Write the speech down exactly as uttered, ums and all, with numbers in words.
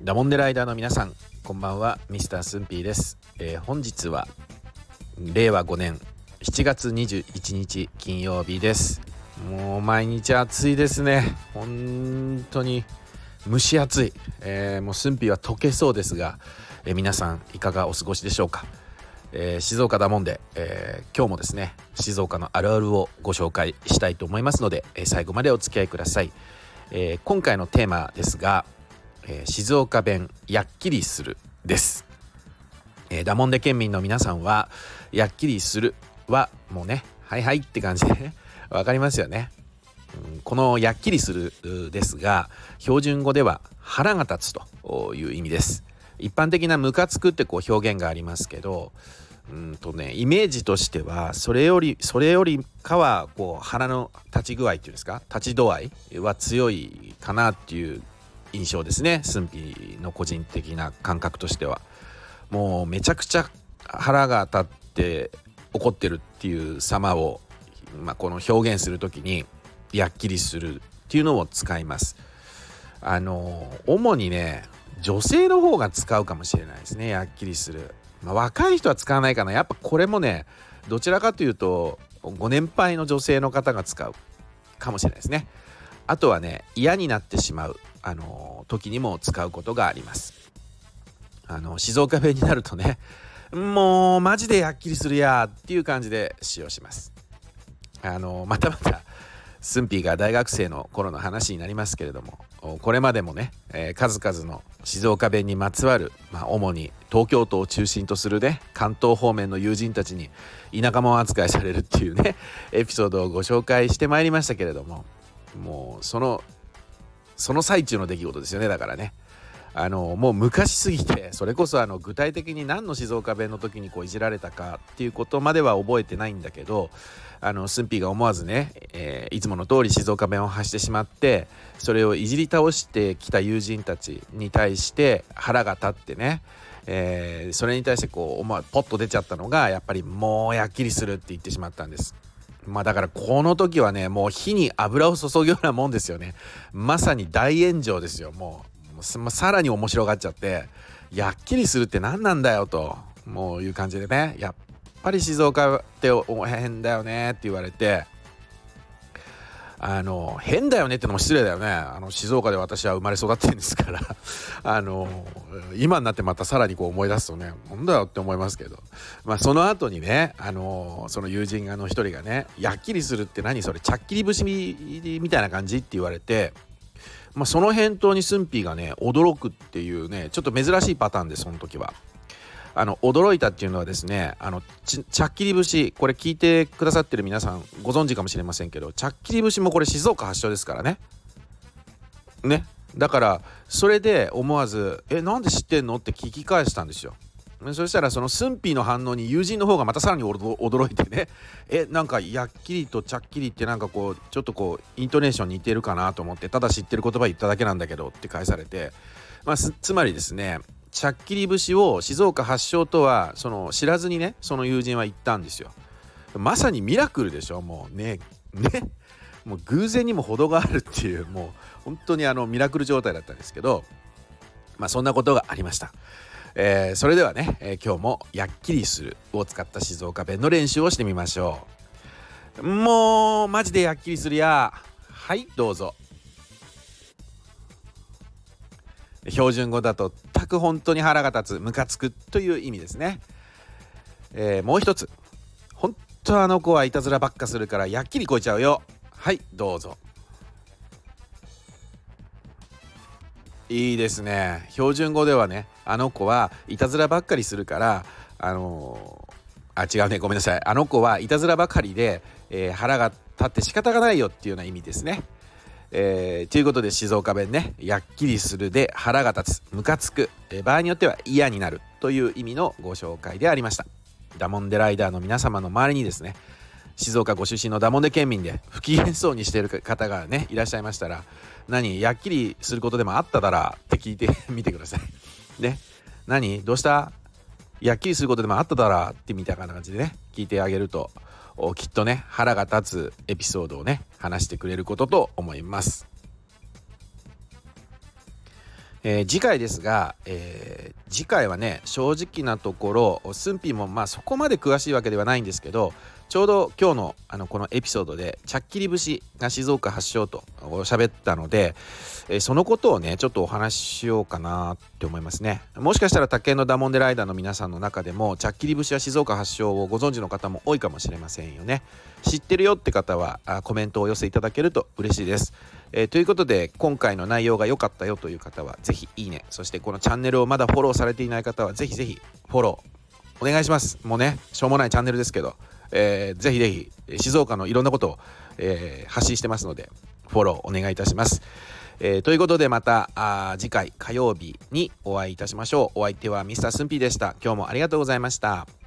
ダモンデライダーの皆さん、こんばんは。ミスタースンピーです。えー、本日はれいわごねんしちがつにじゅういちにち金曜日です。もう毎日暑いですね。本当に蒸し暑い、えー、もうスンピーは溶けそうですが、えー、皆さんいかがお過ごしでしょうか。えー、静岡ダモンで、えー、今日もですね静岡のあるあるをご紹介したいと思いますので、えー、最後までお付き合いください。えー、今回のテーマですが、えー、静岡弁やっきりするです。えー、ダモンデ県民の皆さんはやっきりするはもうねはいはいって感じでねわかりますよね。うん、このやっきりするですが、標準語では腹が立つという意味です。一般的なムカつくってこう表現がありますけど、うんとねイメージとしてはそれよりそれよりかはこう腹の立ち具合っていうんですか、立ち度合いは強いかなっていう印象ですね。スンピの個人的な感覚としては、もうめちゃくちゃ腹が立って怒ってるっていう様を、まあ、この表現するときにやっきりするっていうのを使います。あの主にね女性の方が使うかもしれないですね、やっきりする。まあ、若い人は使わないかな。やっぱこれもねどちらかというとご年配の女性の方が使うかもしれないですね。あとはね嫌になってしまうあの時にも使うことがあります。あの静岡弁になるとねもうマジでやっきりするやっていう感じで使用します。あのまたまたスンピーが大学生の頃の話になりますけれども、これまでもね、えー、数々の静岡弁にまつわる、まあ、主に東京都を中心とするね関東方面の友人たちに田舎者扱いされるっていうねエピソードをご紹介してまいりましたけれども、もうそのその最中の出来事ですよね。だからねあのもう昔すぎてそれこそあの具体的に何の静岡弁の時にこういじられたかっていうことまでは覚えてないんだけど、あのスンピーが思わずね、えー、いつもの通り静岡弁を発してしまって、それをいじり倒してきた友人たちに対して腹が立ってね、えー、それに対してこう思わずポッと出ちゃったのがやっぱりもうやっきりするって言ってしまったんです。まあだからこの時はねもう火に油を注ぐようなもんですよね。まさに大炎上ですよ。もうさらに面白がっちゃって、やっきりするって何なんだよともういう感じでね、やっぱり静岡って変だよねって言われて、あの変だよねってのも失礼だよね。あの静岡で私は生まれ育ってるんですからあの今になってまたさらにこう思い出すとねなんだよって思いますけど、まあその後にねあのその友人の一人がね、やっきりするって何それちゃっきり節みたいな感じって言われて、まあ、その返答にスンピーがね驚くっていうねちょっと珍しいパターンで、その時はあの驚いたっていうのはですね、あのち, ちゃっきり節、これ聞いてくださってる皆さんご存知かもしれませんけど、ちゃっきり節もこれ静岡発祥ですからねねだからそれで思わずえなんで知ってんのって聞き返したんですよ。そしたらそのスンピーの反応に友人の方がまたさらに驚いてね、えなんかやっきりとちゃっきりってなんかこうちょっとこうイントネーション似てるかなと思って、ただ知ってる言葉言っただけなんだけどって返されて、まあ、つまりですねちゃっきり節を静岡発祥とはその知らずにねその友人は言ったんですよ。まさにミラクルでしょ。もうねねもう偶然にも程があるっていう、もう本当にあのミラクル状態だったんですけど、まあそんなことがありました。えー、それではね、えー、今日もやっきりするを使った静岡弁の練習をしてみましょう。もうマジでやっきりするや。はいどうぞ。標準語だとたく本当に腹が立つ、ムカつくという意味ですね。えー、もう一つ、本当あの子はいたずらばっかするからやっきりこいちゃうよ。はいどうぞ。いいですね。標準語ではねあの子はいたずらばっかりするからあのー、あ違うねごめんなさいあの子はいたずらばかりで、えー、腹が立って仕方がないよっていうような意味ですね。えー、ということで静岡弁ねやっきりするで腹が立つ、ムカつく、えー、場合によっては嫌になるという意味のご紹介でありました。ダモンデライダーの皆様の周りにですね静岡ご出身のダモンデ県民で不機嫌そうにしている方がねいらっしゃいましたら、何やっきりすることでもあっただらって聞いてみてくださいね。何どうしたやっきりすることでもあっただらってみたいな感じでね聞いてあげるときっとね腹が立つエピソードをね話してくれることと思います。 えー、次回ですが、えー、次回はね正直なところスンピーもまあそこまで詳しいわけではないんですけど、ちょうど今日のあのこのエピソードでちゃっきり節が静岡発祥と喋ったので、えー、そのことをねちょっとお話ししようかなって思いますね。もしかしたら宅建のダモンデライダーの皆さんの中でもちゃっきり節は静岡発祥をご存知の方も多いかもしれませんよね。知ってるよって方はあコメントをお寄せいただけると嬉しいです。えー、ということで今回の内容が良かったよという方はぜひいいね、そしてこのチャンネルをまだフォローされていない方はぜひぜひフォローお願いします。もうねしょうもないチャンネルですけど、えー、ぜひぜひ静岡のいろんなことを、えー、発信してますのでフォローお願いいたします。えー、ということでまたあ次回火曜日にお会いいたしましょう。お相手はミスタースンピーでした。今日もありがとうございました。